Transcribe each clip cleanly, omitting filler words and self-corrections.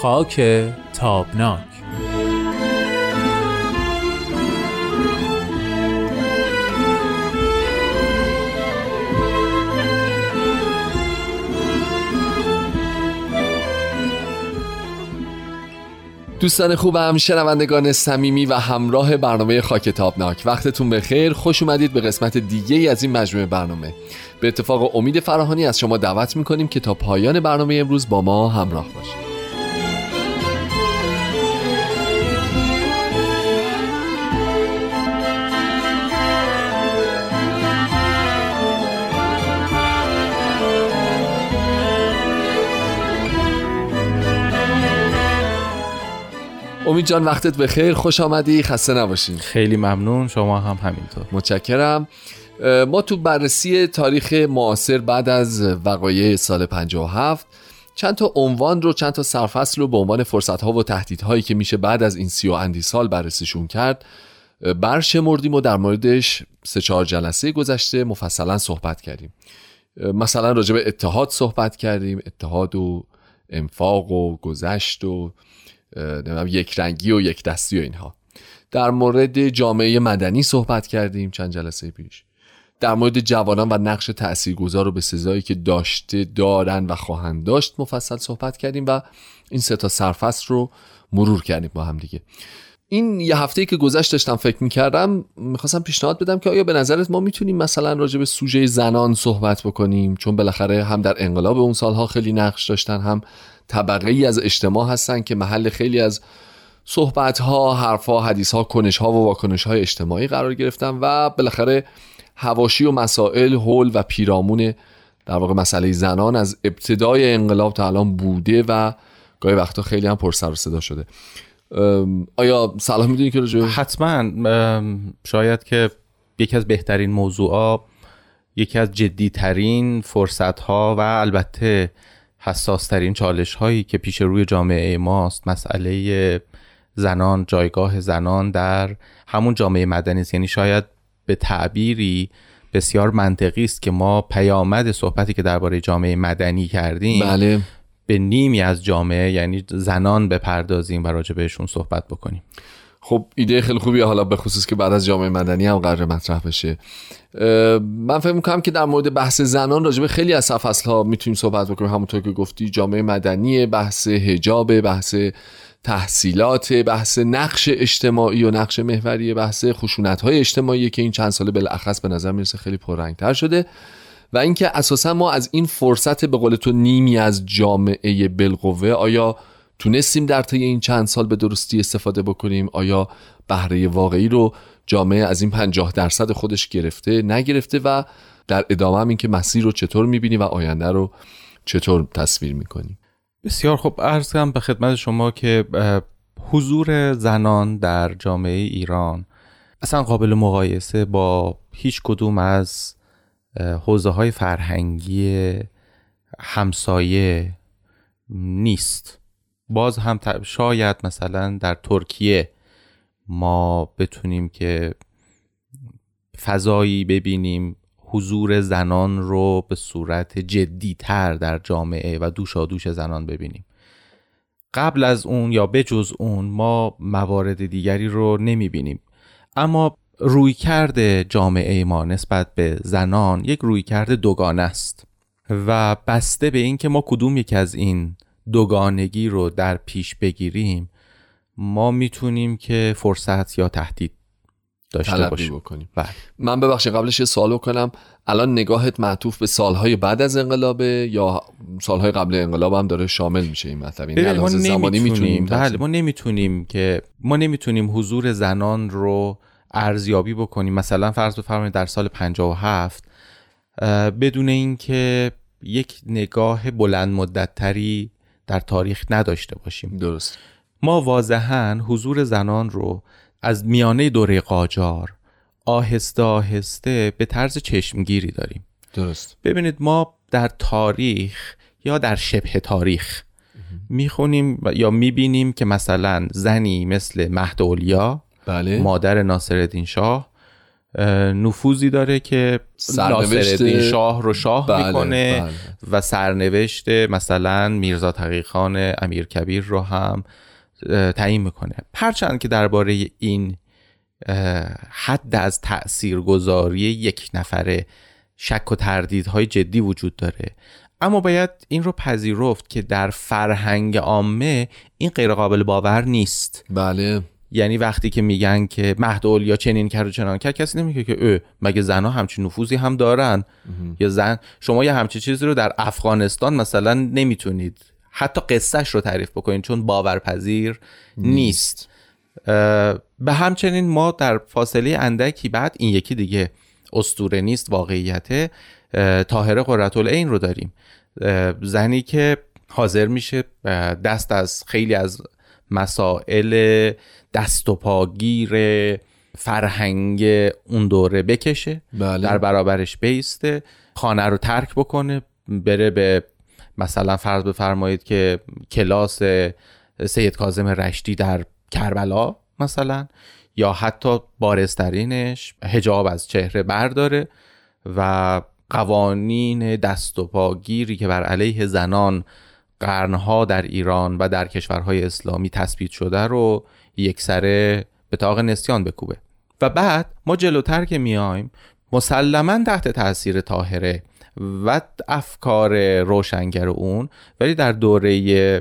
خاک تابناک. دوستان خوبم، شنوندگان صمیمی و همراه برنامه خاک تابناک، وقتتون بخیر. خوش اومدید به قسمت دیگه از این مجموعه برنامه. به اتفاق امید فراهانی از شما دعوت میکنیم که تا پایان برنامه امروز با ما همراه باشید. امید جان وقتت بخیر، خوش آمدی، خسته نباشین. خیلی ممنون، شما هم همینطور. متشکرم. ما تو بررسی تاریخ معاصر بعد از وقایع سال 57 چند تا عنوان رو، چند تا سرفصل رو به عنوان فرصت‌ها و تهدیدهایی که میشه بعد از این 30 و اندی سال بررسیشون کرد برشمردیم و در موردش 3-4 جلسه گذشته مفصلا صحبت کردیم. مثلا راجع به اتحاد صحبت کردیم، اتحاد و انفاق و گذشت و یک رنگی و یک دستی و اینها. در مورد جامعه مدنی صحبت کردیم چند جلسه پیش. در مورد جوانان و نقش تاثیرگذار و به سزایی که داشته، دارن و خواهند داشت مفصل صحبت کردیم و این 3 تا سرفصل رو مرور کردیم با هم دیگه. این یه هفته‌ای که گذشت داشتم فکر می‌کردم، می‌خواستم پیشنهاد بدم که آیا به نظرت ما میتونیم مثلا راجع به سوژه زنان صحبت بکنیم، چون بالاخره هم در انقلاب اون سالها خیلی نقش داشتن، هم طبقه‌ای از اجتماع هستن که محل خیلی از صحبت‌ها، حرف‌ها، حدیث‌ها، کنش‌ها و واکنش‌های اجتماعی قرار گرفتن و بالاخره حواشی و مسائل حول و پیرامون در واقع مسئله زنان از ابتدای انقلاب تا الان بوده و گاهی وقتا خیلی هم پر سر و صدا شده. آیا صلاح می‌دونی که راجع حتما شاید که یکی از بهترین موضوعات، یکی از جدی‌ترین فرصت‌ها و البته حساس‌ترین چالش‌هایی که پیش روی جامعه ماست مسئله زنان، جایگاه زنان در همون جامعه مدنی است. یعنی شاید به تعبیری بسیار منطقی است که ما پیامد صحبتی که درباره جامعه مدنی کردیم بله، به نیمی از جامعه یعنی زنان بپردازیم و راجع بهشون صحبت بکنیم. خب ایده خیلی خوبیه، حالا به خصوص که بعد از جامعه مدنی هم قرار مطرح بشه. من فکر می‌کنم که در مورد بحث زنان راجع به خیلی از فصل‌ها میتونیم صحبت بکنیم. همونطور که گفتی جامعه مدنی، بحث حجاب، بحث تحصیلات، بحث نقش اجتماعی و نقش محوری، بحث خشونت‌های اجتماعی که این چند ساله بالاخص به نظر میرسه خیلی پررنگ‌تر شده و اینکه اساسا ما از این فرصت به قول تو نیمی از جامعه بالقوه آیا تونستیم در طی این چند سال به درستی استفاده بکنیم؟ آیا بهره واقعی رو جامعه از این 50% خودش گرفته نگرفته؟ و در ادامه هم این که مسیر رو چطور میبینی و آینده رو چطور تصویر میکنی؟ بسیار خب، عرض کنم به خدمت شما که حضور زنان در جامعه ایران اصلا قابل مقایسه با هیچ کدوم از حوزه‌های فرهنگی همسایه نیست. باز هم شاید مثلا در ترکیه ما بتونیم که فضایی ببینیم حضور زنان رو به صورت جدی‌تر در جامعه و دوشادوش زنان ببینیم. قبل از اون یا بجز اون ما موارد دیگری رو نمی‌بینیم. اما رویکرد جامعه ما نسبت به زنان یک رویکرد دوگانه است و بسته به این که ما کدوم یک از این دوگانگی رو در پیش بگیریم ما میتونیم که فرصت یا تهدید داشته باشیم. بله. من ببخشید قبلش یه سوال کنم، الان نگاهت معطوف به سالهای بعد از انقلابه یا سالهای قبل انقلاب هم داره شامل میشه این مطلب؟ یعنی الان زمانی میتونیم بله ما نمیتونیم حضور زنان رو ارزیابی بکنیم. مثلا فرض بفرمایید در سال 57 بدون اینکه یک نگاه بلند مدت تری در تاریخ نداشته باشیم. درست. ما واضحاً حضور زنان رو از میانه دوره قاجار آهسته آهسته به طرز چشمگیری داریم. درست. ببینید ما در تاریخ یا در شبه تاریخ میخونیم یا میبینیم که مثلا زنی مثل مهد اولیا، بله، مادر ناصرالدین شاه، نفوذی داره که ناصرالدین شاه رو شاه میکنه و سرنوشت مثلا میرزا تقی‌خان امیرکبیر رو هم تعیین میکنه. هرچند که درباره این حد از تأثیرگذاری یک نفره شک و تردیدهای جدی وجود داره، اما باید این رو پذیرفت که در فرهنگ عامه این غیر قابل باور نیست. بله. یعنی وقتی که میگن که مهد اولیا چنین کرد و چنان کرد، کسی نمیگه که مگه زنها همچین نفوذی هم دارن؟ یا شما یه همچین چیزی رو در افغانستان مثلا نمیتونید حتی قصهش رو تعریف بکنید چون باورپذیر نیست. به همچنین ما در فاصله اندکی بعد، این یکی دیگه اسطوره نیست، واقعیته، طاهره قرةالعین رو داریم، زنی که حاضر میشه دست از خیلی از مسائل دست و پاگیر فرهنگ اون دوره بکشه. بله. در برابرش بیسته، خانه رو ترک بکنه، بره به مثلا فرض بفرمایید که کلاس سید کاظم رشتی در کربلا مثلا، یا حتی بارزترینش حجاب از چهره برداره و قوانین دست و پاگیری که بر علیه زنان قرنها در ایران و در کشورهای اسلامی تثبیت شده رو یکسره به طاق نسیان بکوبه. و بعد ما جلوتر که میایم مسلماً تحت تاثیر طاهره و افکار روشنگر اون، ولی در دوره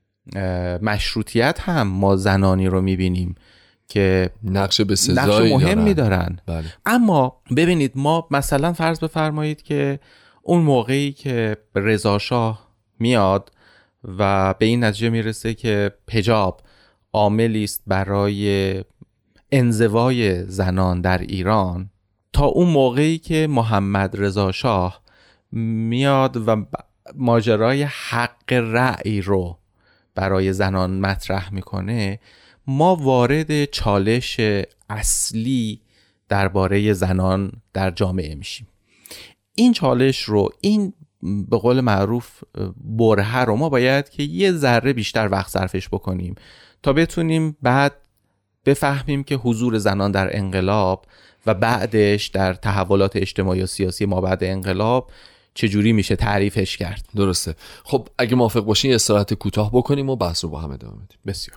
مشروطیت هم ما زنانی رو میبینیم که نقش بسزایی مهمی دارن. بله. اما ببینید ما مثلا فرض بفرمایید که اون موقعی که رضا شاه میاد و به این نتیجه میرسه که حجاب عاملی است برای انزوای زنان در ایران، تا اون موقعی که محمد رضا شاه میاد و ماجرای حق رأی رو برای زنان مطرح میکنه، ما وارد چالش اصلی درباره زنان در جامعه میشیم. این چالش رو، این به قول معروف برهه رو ما باید که یه ذره بیشتر وقت صرفش بکنیم تا بتونیم بعد بفهمیم که حضور زنان در انقلاب و بعدش در تحولات اجتماعی و سیاسی ما بعد انقلاب چجوری میشه تعریفش کرد. درسته. خب اگه موافق باشین یه استراحت کوتاه بکنیم و بحث رو با هم ادامه بدیم. بسیار.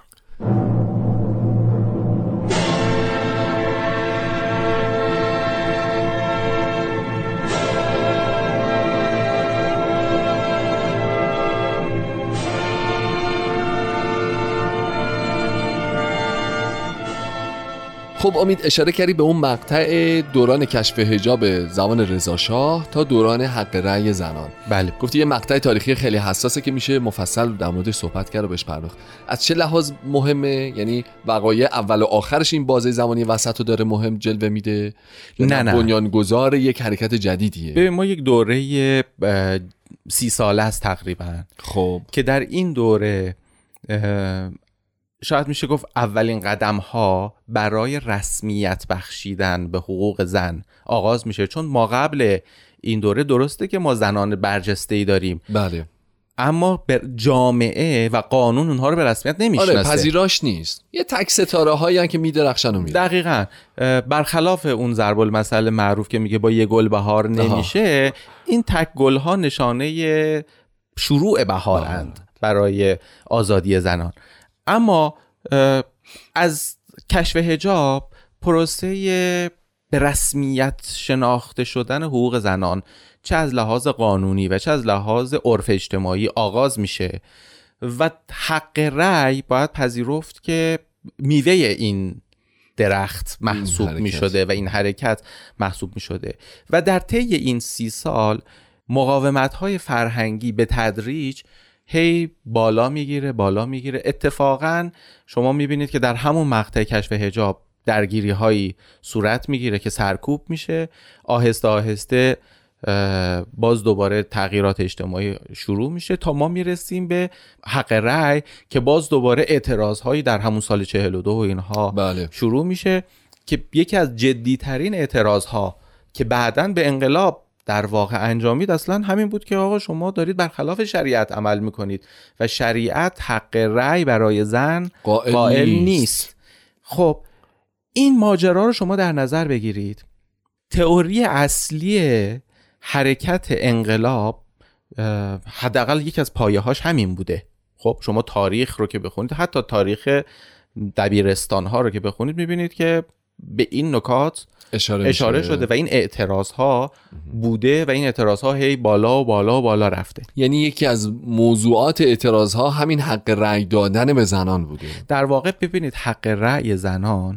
خب امید، اشاره کردی به اون مقطع دوران کشف حجاب زمان رضا شاه تا دوران حق رأی زنان. بله. گفتی یه مقطع تاریخی خیلی حساسه که میشه مفصل در موردش صحبت کرد و بهش پرداخت. از چه لحاظ مهمه؟ یعنی وقایع اول و آخرش این بازه زمانی وسط رو داره مهم جلوه میده؟ نه. بنیانگذار یک حرکت جدیدیه. ببین ما یک دوره 30 ساله است تقریبا، خب که در این دوره شاید میشه گفت اولین قدم ها برای رسمیت بخشیدن به حقوق زن آغاز میشه. چون ما قبل این دوره درسته که ما زنان برجسته‌ای داریم، بله، اما جامعه و قانون اونها رو به رسمیت نمیشناسه. آره، پذیراش نیست. یه تک ستاره هایی هن که میدرخشن و میرن. دقیقاً برخلاف اون ضرب المثل معروف که میگه با یه گل بهار نمیشه، این تک گل ها نشانه شروع بهارند برای آزادی زنان. اما از کشف حجاب پروسه به رسمیت شناخته شدن حقوق زنان چه از لحاظ قانونی و چه از لحاظ عرف اجتماعی آغاز میشه و حق رأی باید پذیرفت که میوه این درخت محسوب میشده و این حرکت محسوب میشده. و در طی این 30 سال مقاومت‌های فرهنگی به تدریج هی بالا میگیره. اتفاقا شما میبینید که در همون مقطع کشف حجاب درگیری هایی صورت میگیره که سرکوب میشه، آهسته آهسته باز دوباره تغییرات اجتماعی شروع میشه تا ما میرسیم به حق رأی که باز دوباره اعتراض هایی در همون سال 42 و اینها بله. شروع میشه که یکی از جدی ترین اعتراض ها که بعداً به انقلاب در واقع انجامید اصلا همین بود که آقا شما دارید برخلاف شریعت عمل میکنید و شریعت حق رأی برای زن قائل نیست. خب این ماجرا رو شما در نظر بگیرید تئوری اصلی حرکت انقلاب حداقل یکی از پایه‌هاش همین بوده. خب شما تاریخ رو که بخونید، حتی تاریخ دبیرستان ها رو که بخونید، میبینید که به این نکات اشاره شده و این اعتراض ها بوده و این اعتراض ها هی بالا و بالا و بالا رفته. یعنی یکی از موضوعات اعتراض ها همین حق رأی دادن به زنان بوده. در واقع ببینید حق رأی زنان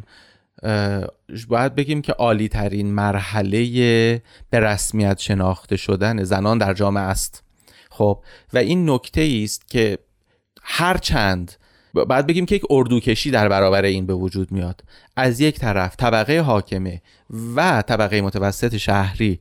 باید بگیم که عالی ترین مرحله به رسمیت شناخته شدن زنان در جامعه است. خب و این نکته است که هر چند باید بگیم که یک اردوکشی در برابر این به وجود میاد. از یک طرف طبقه حاکمه و طبقه متوسط شهری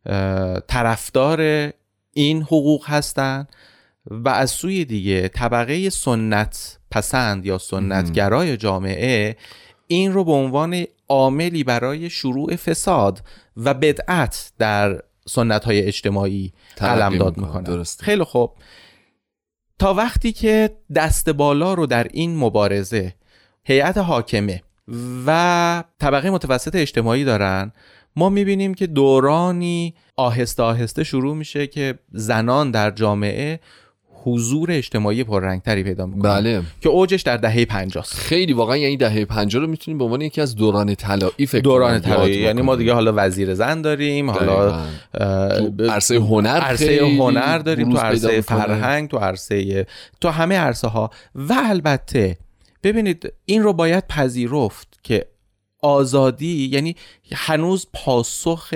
طرفدار این حقوق هستند و از سوی دیگه طبقه سنت پسند یا سنتگرای جامعه این رو به عنوان عاملی برای شروع فساد و بدعت در سنت‌های اجتماعی قلمداد میکنن. خیلی خوب، تا وقتی که دست بالا رو در این مبارزه هیئت حاکمه و طبقه متوسط اجتماعی دارن، ما میبینیم که دورانی آهسته آهسته شروع میشه که زنان در جامعه حضور اجتماعی پررنگتری پیدا میکنن. بله. که اوجش در دهه 50 است. خیلی واقعا یعنی دهه 50 رو میتونیم به عنوان یکی از دوران طلایی فکر کنیم. دوران طلایی یعنی ما دیگه حالا وزیر زن داریم، حالا عرصه هنر داریم، تو عرصه فرهنگ، تو همه عرصه ها. و البته ببینید این رو باید پذیرفت که آزادی یعنی هنوز پاسخ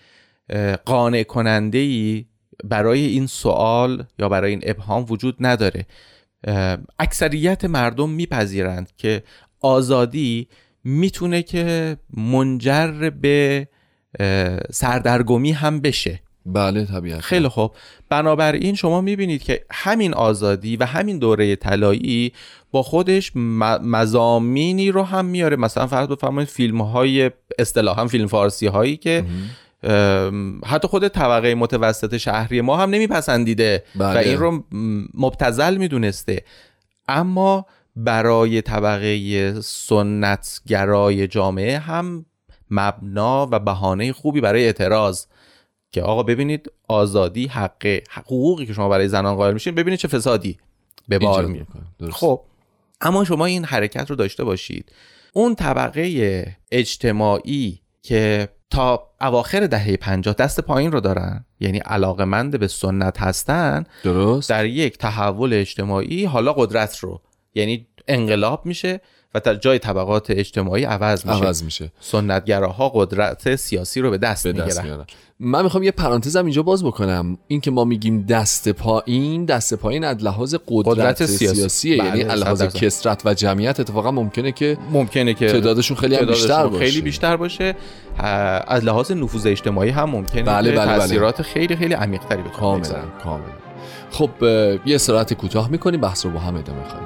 قانع کننده‌ای برای این سوال یا برای این ابهام وجود نداره. اکثریت مردم میپذیرند که آزادی میتونه که منجر به سردرگمی هم بشه. بله طبیعتا. خیلی خوب، بنابراین شما میبینید که همین آزادی و همین دوره طلایی با خودش مضامینی رو هم میاره. مثلا فرض بفرمایید فیلم‌های اصطلاحاً فیلم فارسی هایی که حتی خود طبقه متوسط شهری ما هم نمیپسندیده و این رو مبتذل میدونسته، اما برای طبقه سنتگرای جامعه هم مبنا و بهانه خوبی برای اعتراض که آقا ببینید آزادی حقوقی که شما برای زنان قائل میشین، ببینید چه فسادی به بار میاد. خب اما شما این حرکت رو داشته باشید، اون طبقه اجتماعی که تا اواخر دهه 50 دست پایین رو دارن، یعنی علاقمند به سنت هستن، درست، در یک تحول اجتماعی حالا قدرت رو، یعنی انقلاب میشه و در جای طبقات اجتماعی عوض میشه. سنتگراها قدرت سیاسی رو به دست میگیرن. من میخوام یه پرانتزم اینجا باز بکنم. این که ما میگیم دست پایین از لحاظ قدرت سیاسیه، یعنی از لحاظ کثرت و جمعیت اتفاقا ممکنه که تعدادشون خیلی بیشتر باشه. از لحاظ نفوذ اجتماعی هم ممکنه که تاثیرات خیلی خیلی عمیق‌تری بکنه. کاملا. خب یه استراحت کوتاه میکنیم، بحث رو با هم ادامه خواهیم.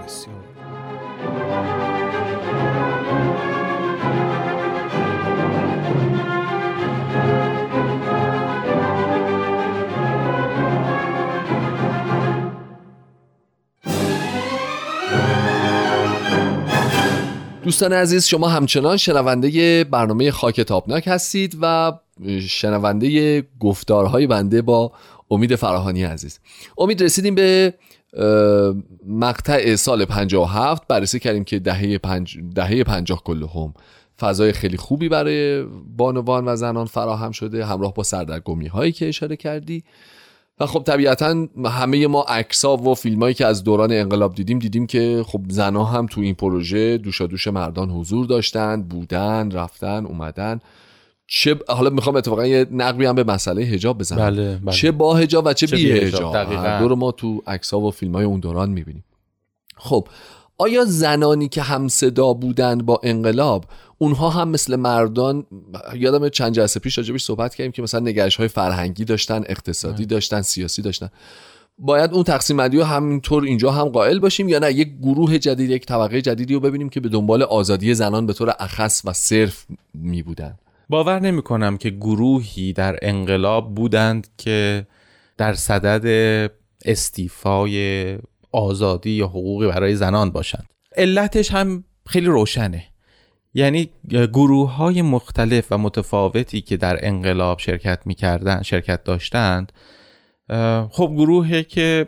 دوستان عزیز، شما همچنان شنونده برنامه خاک تابناک هستید و شنونده گفتارهای بنده با امید فراهانی عزیز. امید، رسیدیم به مقطع سال 57. بررسی کردیم که دهه 50 کلهم فضای خیلی خوبی برای بانوان و زنان فراهم شده، همراه با سردرگمی هایی که اشاره کردی. و خب طبیعتا همه ما عکس‌ها و فیلمایی که از دوران انقلاب دیدیم که خب زنها هم تو این پروژه دوشادوش مردان حضور داشتن، بودن، رفتن، اومدن. چه حالا میخوام اتفاقا یه نقبی هم به مسئله حجاب بزنم. بله. چه با حجاب و چه بی حجاب، هر دو رو ما تو عکس‌ها و فیلمای اون دوران میبینیم. خب آیا زنانی که هم صدا بودن با انقلاب، اونها هم مثل مردان، یادم چند جلسه پیش راجبش صحبت کردیم که مثلا نگرش‌های فرهنگی داشتن، اقتصادی داشتن، سیاسی داشتن، باید اون تقسیم بندی رو همینطور اینجا هم قائل باشیم یا نه یک گروه جدید، یک طبقه جدیدی رو ببینیم که به دنبال آزادی زنان به طور اخص و صرف می بودن؟ باور نمی کنم که گروهی در انقلاب بودند که در صدد استیفای آزادی یا حقوقی برای زنان باشند. علتش هم خیلی روشنه. یعنی گروه های مختلف و متفاوتی که در انقلاب شرکت داشتند، خب گروهی که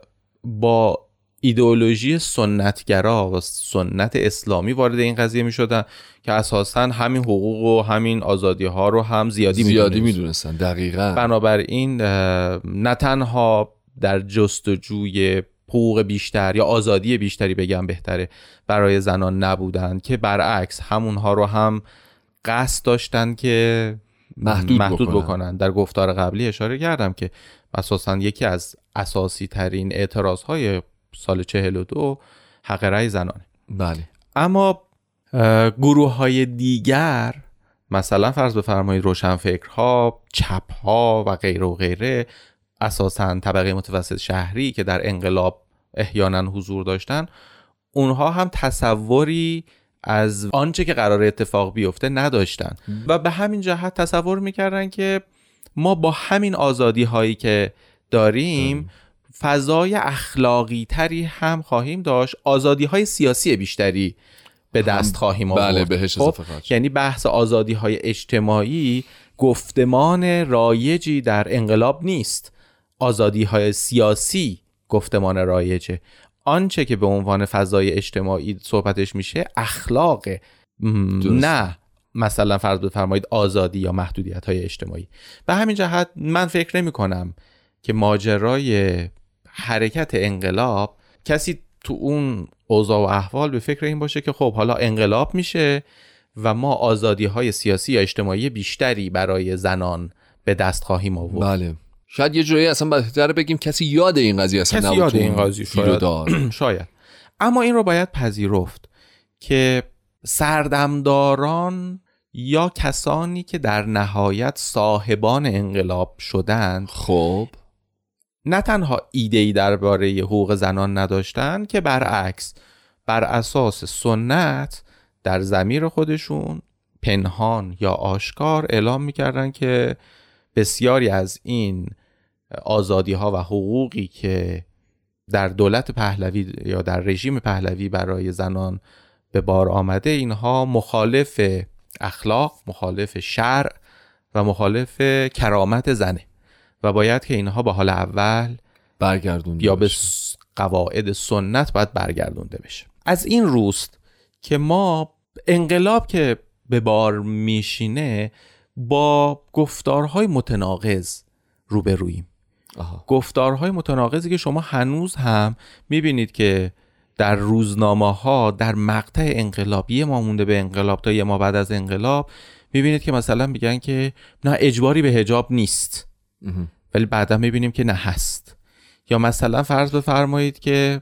با ایدئولوژی سنتگرا و سنت اسلامی وارد این قضیه می شدن که اساساً همین حقوق و همین آزادی ها رو هم زیادی می دونستن. دقیقاً. بنابراین نه تنها در جستجوی حقوق بیشتر یا آزادی بیشتری بگم بهتره برای زنان نبودن، که برعکس همونها رو هم قصد داشتن که محدود بکنن. در گفتار قبلی اشاره کردم که اساساً یکی از اساسی ترین اعتراض های سال 42 حق رأی زنانه. بله. اما گروه های دیگر، مثلا فرض بفرمایید روشنفکرها، چپها و غیره و غیره، اساساً طبقه متوسط شهری که در انقلاب احیانا حضور داشتن، اونها هم تصوری از آنچه که قرار اتفاق بیفته نداشتن و به همین جهت تصور میکردن که ما با همین آزادی هایی که داریم فضای اخلاقی تری هم خواهیم داشت، آزادی های سیاسی بیشتری به دست خواهیم آورد. بله، بهش اضافه خواهد شد. یعنی بحث آزادی های اجتماعی گفتمان رایجی در انقلاب نیست، آزادی های سیاسی گفتمان رایجه. آنچه که به عنوان فضای اجتماعی صحبتش میشه اخلاقه، نه مثلا فرض بفرمایید آزادی یا محدودیت های اجتماعی. به همین جهت من فکر نمی کنم که ماجرای حرکت انقلاب کسی تو اون اوضاع و احوال به فکر این باشه که خب حالا انقلاب میشه و ما آزادی های سیاسی یا اجتماعی بیشتری برای زنان به دست خواهیم آورد. بله. شاید یه جوری اصلا بهتره بگیم کسی یاد این قضیه اصلا نبود. یاد این قضیه شاید. اما این رو باید پذیرفت که سردمداران یا کسانی که در نهایت صاحبان انقلاب شدند، خب نه تنها ایده‌ای درباره حقوق زنان نداشتن، که برعکس بر اساس سنت در ضمیر خودشون پنهان یا آشکار اعلام می‌کردن که بسیاری از این آزادی‌ها و حقوقی که در دولت پهلوی یا در رژیم پهلوی برای زنان به بار آمده، اینها مخالف اخلاق، مخالف شرع و مخالف کرامت زنه و باید که اینها به حال اول برگردونده یا به قواعد سنت باید برگردونده بشه. از این روست که ما انقلاب که به بار میشینه با گفتارهای متناقض روبروییم. گفتارهای متناقضی که شما هنوز هم میبینید که در روزنامه ها در مقطع انقلاب، یه ما مونده به انقلاب تا یه ما بعد از انقلاب، میبینید که مثلا میگن که نه اجباری به حجاب نیست، ولی بعدا میبینیم که نه هست. یا مثلا فرض بفرمایید که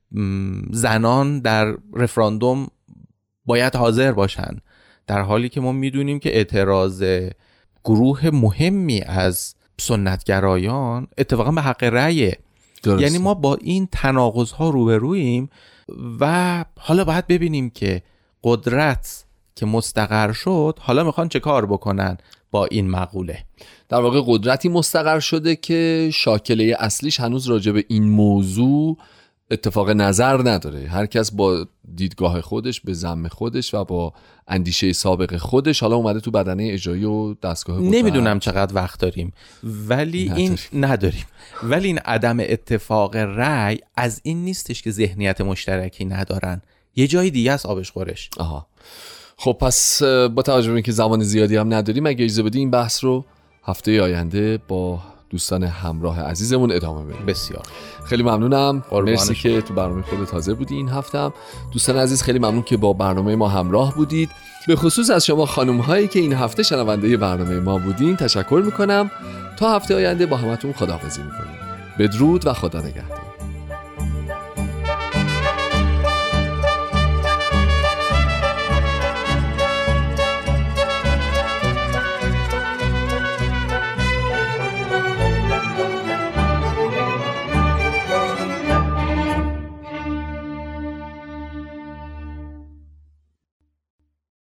زنان در رفراندوم باید حاضر باشن، در حالی که ما میدونیم که اعتراض گروه مهمی از سنتگرایان اتفاقا به حق رأیه. یعنی ما با این تناقض‌ها روبروییم و حالا باید ببینیم که قدرت که مستقر شد حالا میخوان چه کار بکنن با این مقوله. در واقع قدرتی مستقر شده که شاکله اصلیش هنوز راجع به این موضوع اتفاق نظر نداره. هر کس با دیدگاه خودش، به ذم خودش و با اندیشه سابق خودش حالا اومده تو بدنه اجرایی و دستگاه قدرت. نمیدونم چقدر وقت داریم ولی نداریم. ولی این عدم اتفاق رأی از این نیستش که ذهنیت مشترکی ندارن، یه جای دیگه است آبش خورش. خب پس با توجه به اینکه زمان زیادی هم نداریم، اگه اجازه بدی این بحث رو هفته آینده با دوستان همراه عزیزمون ادامه بدیم. بسیار خیلی ممنونم، مرسی که تو برنامه خودت حاضر بودی این هفته هم. دوستان عزیز خیلی ممنون که با برنامه ما همراه بودید. به خصوص از شما خانم هایی که این هفته شنونده برنامه ما بودین تشکر میکنم. تا هفته آینده با همتون خداحافظی میکنیم. بدرود و خدا نگهدار.